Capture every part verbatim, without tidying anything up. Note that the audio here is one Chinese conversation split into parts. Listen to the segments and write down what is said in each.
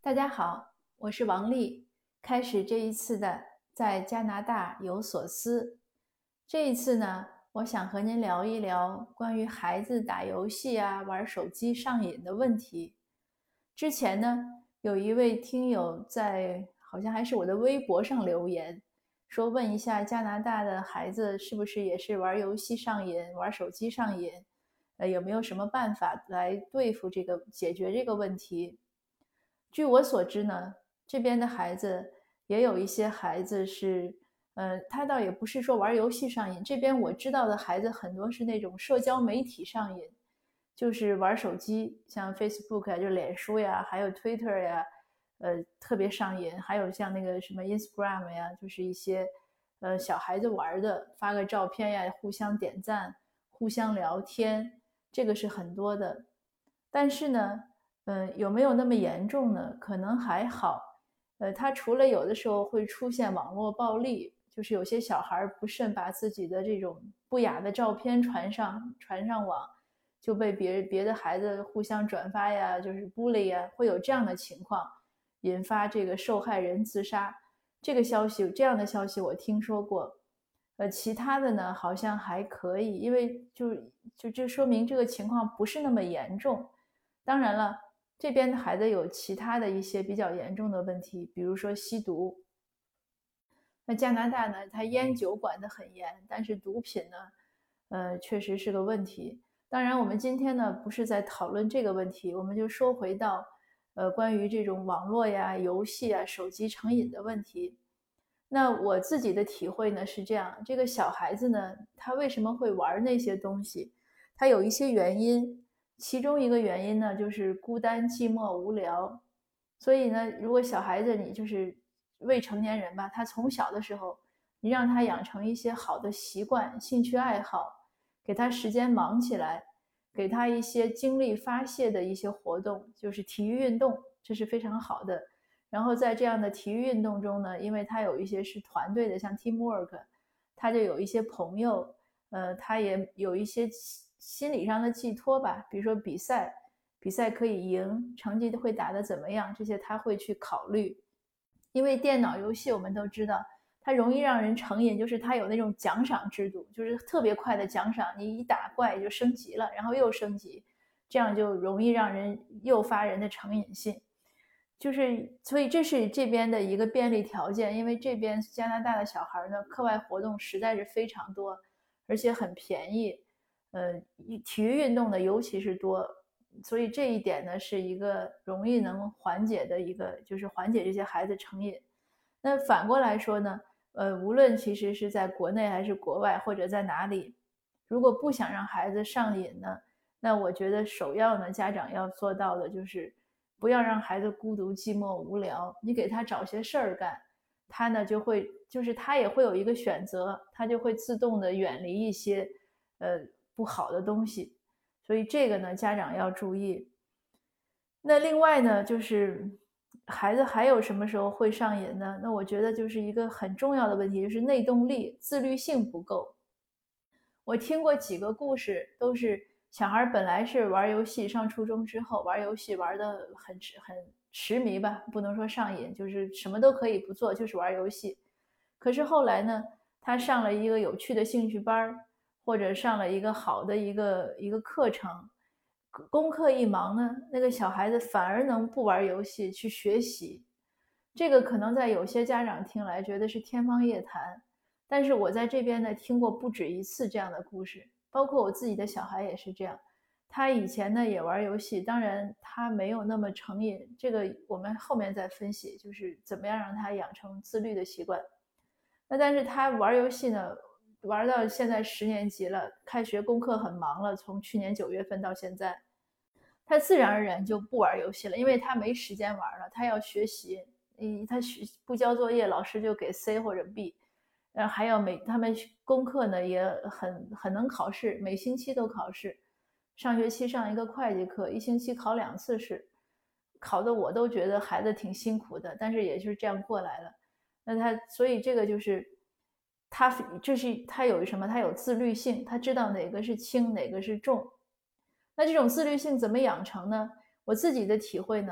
大家好，我是王丽，开始这一次的在加拿大有所思。这一次呢，我想和您聊一聊关于孩子打游戏啊、玩手机上瘾的问题。之前呢，有一位听友在好像还是我的微博上留言，说问一下加拿大的孩子是不是也是玩游戏上瘾、玩手机上瘾，呃，有没有什么办法来对付这个、解决这个问题？据我所知呢，这边的孩子也有一些孩子是，呃，他倒也不是说玩游戏上瘾，这边我知道的孩子很多是那种社交媒体上瘾，就是玩手机，像 Facebook 呀，就脸书呀，还有 Twitter 呀，呃，特别上瘾。还有像那个什么 Instagram 呀，就是一些呃小孩子玩的，发个照片呀，互相点赞，互相聊天，这个是很多的。但是呢，呃，有没有那么严重呢？可能还好。呃，他除了有的时候会出现网络暴力，就是有些小孩不慎把自己的这种不雅的照片传上传上网，就被别别的孩子互相转发呀，就是 bully 呀，会有这样的情况，引发这个受害人自杀。这个消息，这样的消息我听说过。呃，其他的呢，好像还可以，因为就就就说明这个情况不是那么严重。当然了，这边的孩子有其他的一些比较严重的问题，比如说吸毒。那加拿大呢，它烟酒管得很严，但是毒品呢，呃，确实是个问题。当然，我们今天呢不是在讨论这个问题，我们就说回到，呃，关于这种网络呀、游戏啊、手机成瘾的问题。那我自己的体会呢是这样，这个小孩子呢，他为什么会玩那些东西？他有一些原因，其中一个原因呢就是孤单、寂寞、无聊。所以呢，如果小孩子你就是未成年人吧，他从小的时候，你让他养成一些好的习惯、兴趣爱好，给他时间忙起来，给他一些精力发泄的一些活动，就是体育运动，这是非常好的。然后在这样的体育运动中呢，因为他有一些是团队的，像 teamwork，他就有一些朋友，呃，他也有一些心理上的寄托吧，比如说比赛，比赛可以赢，成绩会打得怎么样，这些他会去考虑。因为电脑游戏我们都知道，它容易让人成瘾，就是它有那种奖赏制度，就是特别快的奖赏，你一打怪就升级了，然后又升级，这样就容易让人诱发人的成瘾性。就是所以这是这边的一个便利条件，因为这边加拿大的小孩呢，课外活动实在是非常多，而且很便宜，呃，体育运动的尤其是多，所以这一点呢是一个容易能缓解的一个，就是缓解这些孩子成瘾。那反过来说呢，呃，无论其实是在国内还是国外或者在哪里，如果不想让孩子上瘾呢，那我觉得首要呢，家长要做到的就是不要让孩子孤独、寂寞、无聊，你给他找些事儿干，他呢就会，就是他也会有一个选择，他就会自动的远离一些呃不好的东西，所以这个呢，家长要注意。那另外呢，就是孩子还有什么时候会上瘾呢？那我觉得就是一个很重要的问题，就是内动力、自律性不够。我听过几个故事，都是小孩本来是玩游戏，上初中之后玩游戏玩得很很痴迷吧，不能说上瘾，就是什么都可以不做，就是玩游戏。可是后来呢，他上了一个有趣的兴趣班，或者上了一个好的一个一个课程，功课一忙呢，那个小孩子反而能不玩游戏去学习。这个可能在有些家长听来觉得是天方夜谭，但是我在这边呢听过不止一次这样的故事，包括我自己的小孩也是这样。他以前呢也玩游戏，当然他没有那么成瘾，这个我们后面再分析，就是怎么样让他养成自律的习惯。那但是他玩游戏呢，玩到现在十年级了，开学功课很忙了，从去年九月份到现在，他自然而然就不玩游戏了，因为他没时间玩了，他要学习。嗯，他不交作业，老师就给 C 或者 B， 然后还要每他们功课呢也很很能考试，每星期都考试。上学期上一个会计课，一星期考两次试，考的我都觉得孩子挺辛苦的，但是也就是这样过来了。那他所以这个就是他这是他有什么？他有自律性，他知道哪个是轻，哪个是重。那这种自律性怎么养成呢？我自己的体会呢，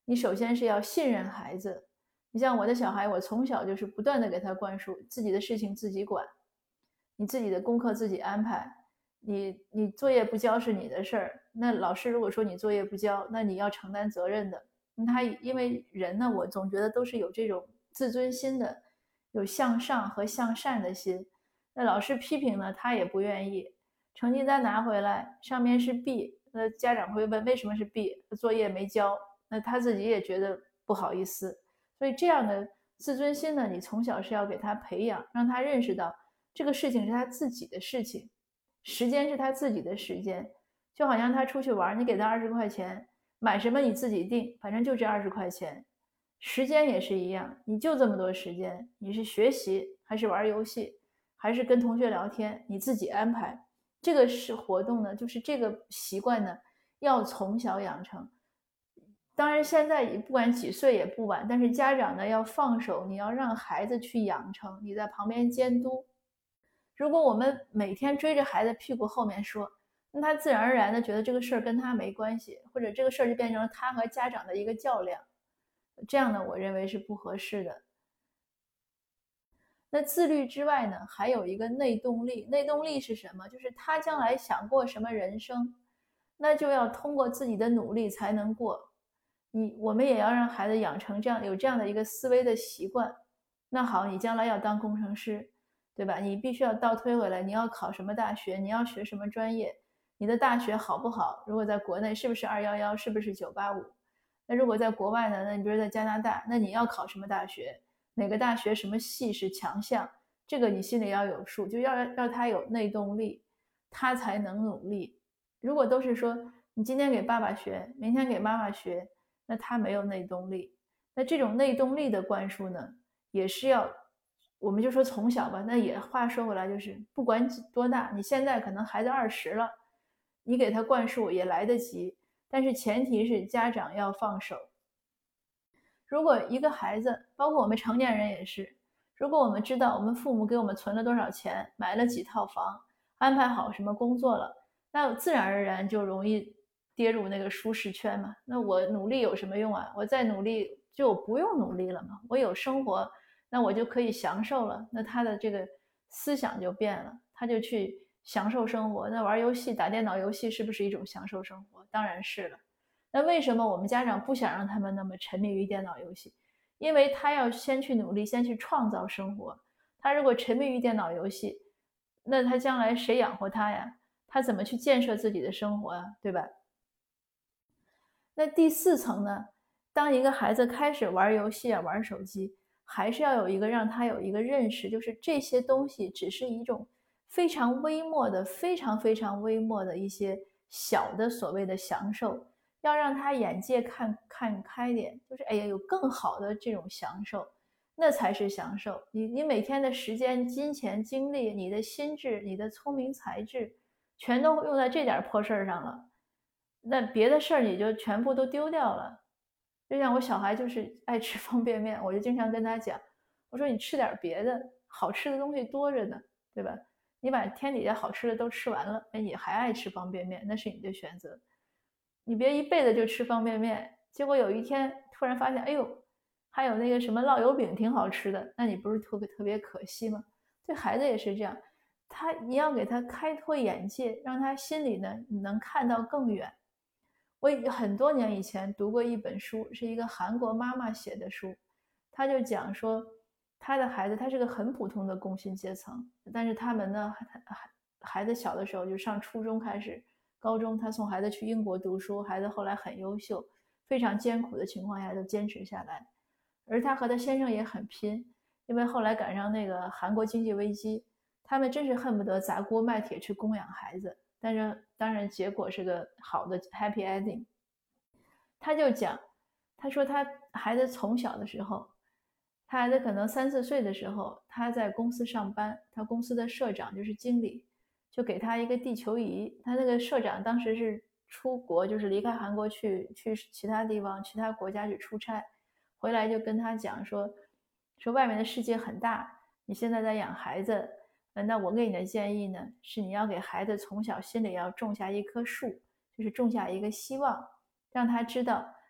你首先是要信任孩子。你像我的小孩，我从小就是不断的给他灌输自己的事情自己管，你自己的功课自己安排，你你作业不交是你的事儿，那老师如果说你作业不交，那你要承担责任的。他因为人呢，我总觉得都是有这种自尊心的，有向上和向善的心。那老师批评呢，他也不愿意。成绩单拿回来，上面是 B， 那家长会问为什么是 B， 作业没交，那他自己也觉得不好意思。所以这样的自尊心呢，你从小是要给他培养，让他认识到这个事情是他自己的事情，时间是他自己的时间。就好像他出去玩，你给他二十块钱，买什么你自己定，反正就这二十块钱。时间也是一样，你就这么多时间，你是学习还是玩游戏，还是跟同学聊天，你自己安排。这个是活动呢，就是这个习惯呢，要从小养成。当然现在不管几岁也不晚，但是家长呢要放手，你要让孩子去养成，你在旁边监督。如果我们每天追着孩子屁股后面说，那他自然而然的觉得这个事儿跟他没关系，或者这个事儿就变成了他和家长的一个较量，这样呢，我认为是不合适的。那自律之外呢，还有一个内动力。内动力是什么？就是他将来想过什么人生，那就要通过自己的努力才能过。你我们也要让孩子养成这样有这样的一个思维的习惯。那好，你将来要当工程师，对吧？你必须要倒推回来，你要考什么大学，你要学什么专业，你的大学好不好？如果在国内是不是二一一，是不是九八五？那如果在国外呢？那你比如在加拿大，那你要考什么大学？哪个大学什么系是强项？这个你心里要有数，就要让他有内动力，他才能努力。如果都是说你今天给爸爸学，明天给妈妈学，那他没有内动力。那这种内动力的灌输呢，也是要，我们就说从小吧，那也话说回来就是不管多大，你现在可能孩子二十了，你给他灌输也来得及，但是前提是家长要放手。如果一个孩子，包括我们成年人也是，如果我们知道我们父母给我们存了多少钱，买了几套房，安排好什么工作了，那自然而然就容易跌入那个舒适圈嘛。那我努力有什么用啊？我再努力就不用努力了嘛，我有生活，那我就可以享受了。那他的这个思想就变了，他就去享受生活。那玩游戏打电脑游戏是不是一种享受生活？当然是了。那为什么我们家长不想让他们那么沉迷于电脑游戏？因为他要先去努力，先去创造生活。他如果沉迷于电脑游戏，那他将来谁养活他呀？他怎么去建设自己的生活啊？对吧？那第四层呢？当一个孩子开始玩游戏啊，玩手机，还是要有一个让他有一个认识，就是这些东西只是一种非常微末的、非常非常微末的一些小的所谓的享受。要让他眼界看看开点，就是哎呀，有更好的这种享受，那才是享受。你你每天的时间、金钱、精力、你的心智、你的聪明才智，全都用在这点破事儿上了，那别的事儿你就全部都丢掉了。就像我小孩就是爱吃方便面，我就经常跟他讲，我说你吃点别的，好吃的东西多着呢，对吧？你把天底下好吃的都吃完了，哎，你还爱吃方便面，那是你的选择。你别一辈子就吃方便面，结果有一天突然发现，哎呦，还有那个什么烙油饼挺好吃的，那你不是特别特别可惜吗？对孩子也是这样，他你要给他开拓眼界，让他心里呢能看到更远。我很多年以前读过一本书，是一个韩国妈妈写的书，他就讲说他的孩子，他是个很普通的工薪阶层，但是他们呢，孩子小的时候就上初中开始。高中他送孩子去英国读书，孩子后来很优秀，非常艰苦的情况下都坚持下来。而他和他先生也很拼，因为后来赶上那个韩国经济危机，他们真是恨不得砸锅卖铁去供养孩子，但是当然结果是个好的 happy ending。他就讲，他说他孩子从小的时候，他孩子可能三四岁的时候，他在公司上班，他公司的社长就是经理，就给他一个地球仪。他那个社长当时是出国，就是离开韩国去去其他地方、其他国家去出差，回来就跟他讲说，说外面的世界很大，你现在在养孩子，那我给你的建议呢，是你要给孩子从小心里要种下一棵树，就是种下一个希望，让他知道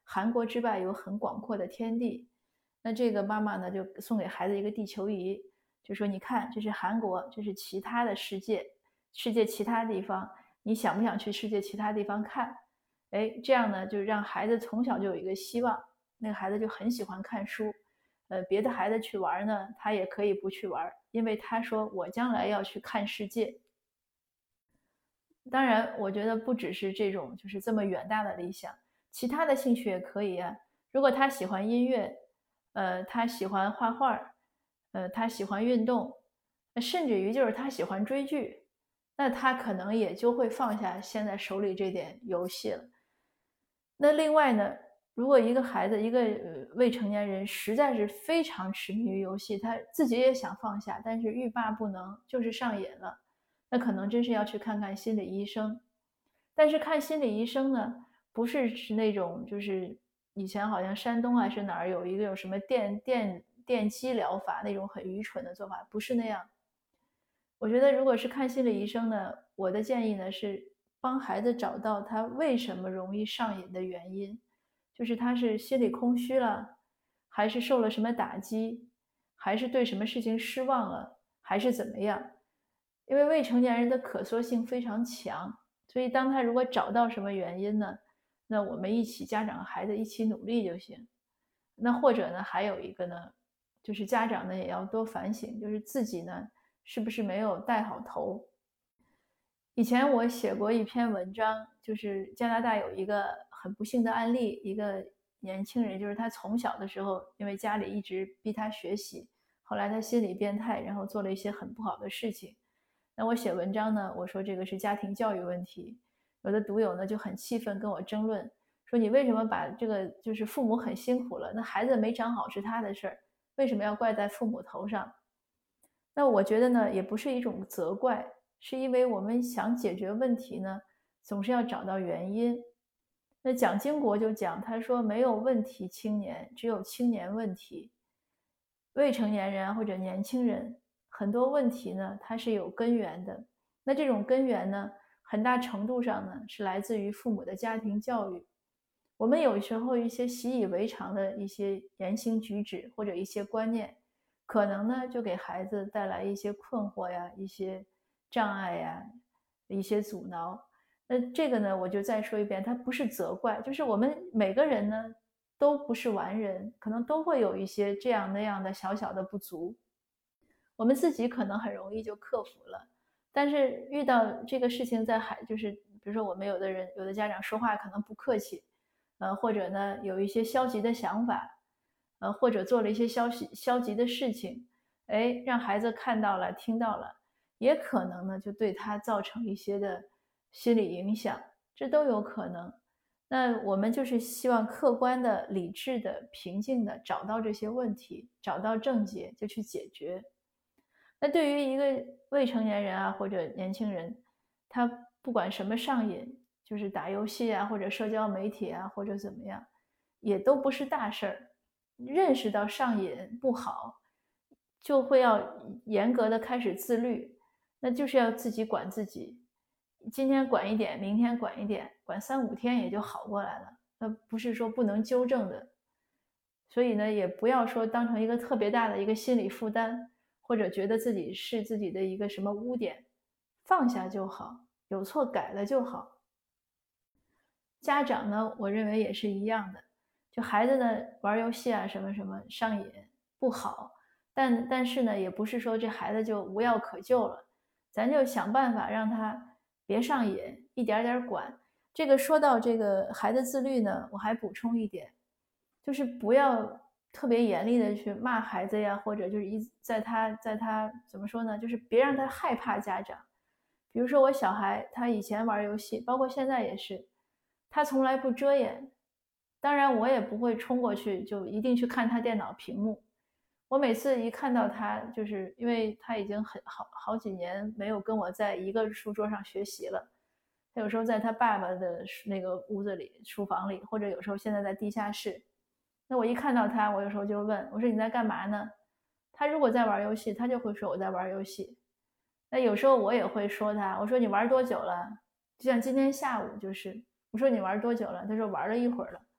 韩国之外有很广阔的天地。那这个妈妈呢，就送给孩子一个地球仪，就说你看，这是韩国，这是其他的世界，世界其他地方，你想不想去世界其他地方看？哎，这样呢，就让孩子从小就有一个希望，那个孩子就很喜欢看书。呃，别的孩子去玩呢，他也可以不去玩，因为他说我将来要去看世界。当然，我觉得不只是这种就是这么远大的理想，其他的兴趣也可以啊。如果他喜欢音乐，呃，他喜欢画画，呃，他喜欢运动，甚至于就是他喜欢追剧，那他可能也就会放下现在手里这点游戏了。那另外呢，如果一个孩子，一个未成年人实在是非常痴迷于游戏，他自己也想放下，但是欲罢不能，就是上瘾了，那可能真是要去看看心理医生。但是看心理医生呢，不是是那种就是以前好像山东还是哪儿有一个有什么电电电击疗法那种很愚蠢的做法，不是那样。我觉得如果是看心理医生呢，我的建议呢是帮孩子找到他为什么容易上瘾的原因，就是他是心理空虚了，还是受了什么打击，还是对什么事情失望了，还是怎么样。因为未成年人的可塑性非常强，所以当他如果找到什么原因呢，那我们一起家长和孩子一起努力就行。那或者呢，还有一个呢，就是家长呢也要多反省，就是自己呢是不是没有带好头。以前我写过一篇文章，就是加拿大有一个很不幸的案例，一个年轻人，就是他从小的时候因为家里一直逼他学习，后来他心理变态，然后做了一些很不好的事情。那我写文章呢，我说这个是家庭教育问题，有的读友呢就很气愤跟我争论，说你为什么把这个就是父母很辛苦了，那孩子没长好是他的事儿，为什么要怪在父母头上？那我觉得呢，也不是一种责怪，是因为我们想解决问题呢，总是要找到原因。那蒋经国就讲，他说没有问题青年，只有青年问题。未成年人或者年轻人，很多问题呢，它是有根源的。那这种根源呢，很大程度上呢，是来自于父母的家庭教育。我们有时候一些习以为常的一些言行举止或者一些观念，可能呢就给孩子带来一些困惑呀、一些障碍呀、一些阻挠。那这个呢，我就再说一遍，它不是责怪，就是我们每个人呢都不是完人，可能都会有一些这样那样的小小的不足，我们自己可能很容易就克服了。但是遇到这个事情在孩，就是比如说我们有的人有的家长说话可能不客气，呃，或者呢有一些消极的想法，呃，或者做了一些消息消极的事情，哎，让孩子看到了听到了，也可能呢就对他造成一些的心理影响，这都有可能。那我们就是希望客观的、理智的、平静的找到这些问题，找到症结就去解决。那对于一个未成年人啊或者年轻人，他不管什么上瘾，就是打游戏啊或者社交媒体啊或者怎么样，也都不是大事儿。认识到上瘾不好，就会要严格的开始自律，那就是要自己管自己。今天管一点，明天管一点，管三五天也就好过来了。那不是说不能纠正的，所以呢，也不要说当成一个特别大的一个心理负担，或者觉得自己是自己的一个什么污点，放下就好，有错改了就好。家长呢，我认为也是一样的，就孩子呢玩游戏啊什么什么上瘾不好，但但是呢，也不是说这孩子就无药可救了，咱就想办法让他别上瘾，一点点管。这个说到这个孩子自律呢，我还补充一点，就是不要特别严厉的去骂孩子呀，或者就是一在他在他怎么说呢，就是别让他害怕家长。比如说我小孩，他以前玩游戏，包括现在也是，他从来不遮掩。当然，我也不会冲过去就一定去看他电脑屏幕。我每次一看到他，就是因为他已经很好好几年没有跟我在一个书桌上学习了。他有时候在他爸爸的那个屋子里、书房里，或者有时候现在在地下室。那我一看到他，我有时候就问我说：“你在干嘛呢？”他如果在玩游戏，他就会说我在玩游戏。那有时候我也会说他，我说你玩多久了？就像今天下午就是，我说你玩多久了？他说玩了一会儿了。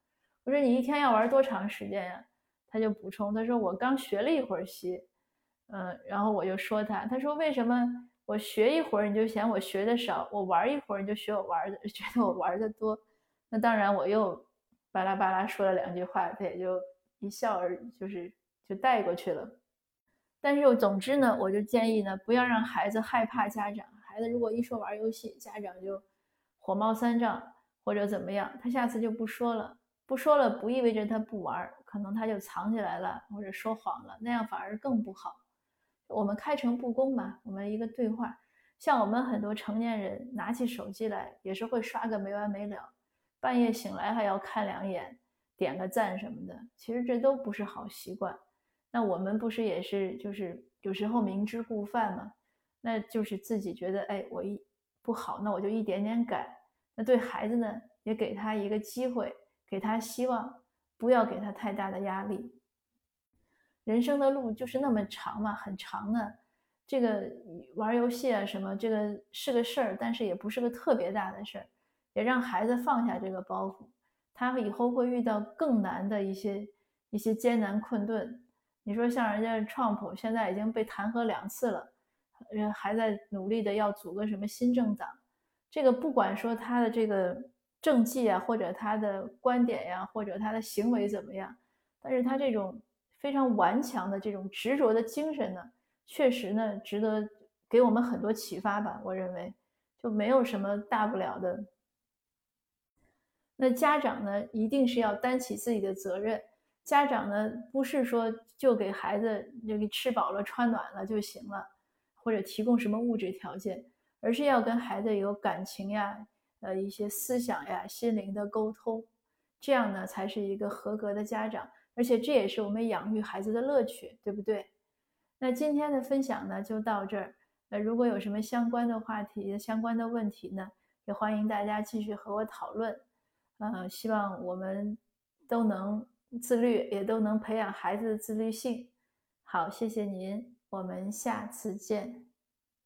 我说你一天要玩多长时间呀？他就补充，他说我刚学了一会儿习，嗯，然后我就说他，他说为什么我学一会儿你就嫌我学的少，我玩一会儿你就学我玩的，觉得我玩的多？那当然我又巴拉巴拉说了两句话，他也就一笑而就是就带过去了。但是总之呢，我就建议呢，不要让孩子害怕家长。孩子如果一说玩游戏，家长就火冒三丈或者怎么样，他下次就不说了。不说了不意味着他不玩，可能他就藏起来了或者说谎了，那样反而更不好。我们开诚布公嘛，我们一个对话。像我们很多成年人拿起手机来也是会刷个没完没了，半夜醒来还要看两眼，点个赞什么的，其实这都不是好习惯。那我们不是也是就是有时候明知故犯吗？那就是自己觉得哎我一不好，那我就一点点改。那对孩子呢也给他一个机会，给他希望，不要给他太大的压力。人生的路就是那么长嘛，很长呢。这个玩游戏啊什么，这个是个事儿，但是也不是个特别大的事儿，也让孩子放下这个包袱。他以后会遇到更难的一些一些艰难困顿。你说像人家 Trump 现在已经被弹劾两次了，还在努力的要组个什么新政党。这个不管说他的这个政绩啊，或者他的观点呀、啊，或者他的行为怎么样，但是他这种非常顽强的这种执着的精神呢，确实呢值得给我们很多启发吧。我认为就没有什么大不了的。那家长呢一定是要担起自己的责任。家长呢不是说就给孩子这个吃饱了穿暖了就行了，或者提供什么物质条件，而是要跟孩子有感情呀，呃一些思想呀、心灵的沟通，这样呢才是一个合格的家长。而且这也是我们养育孩子的乐趣，对不对？那今天的分享呢就到这儿。呃，如果有什么相关的话题、相关的问题呢，也欢迎大家继续和我讨论。呃，希望我们都能自律，也都能培养孩子的自律性。好，谢谢您，我们下次见。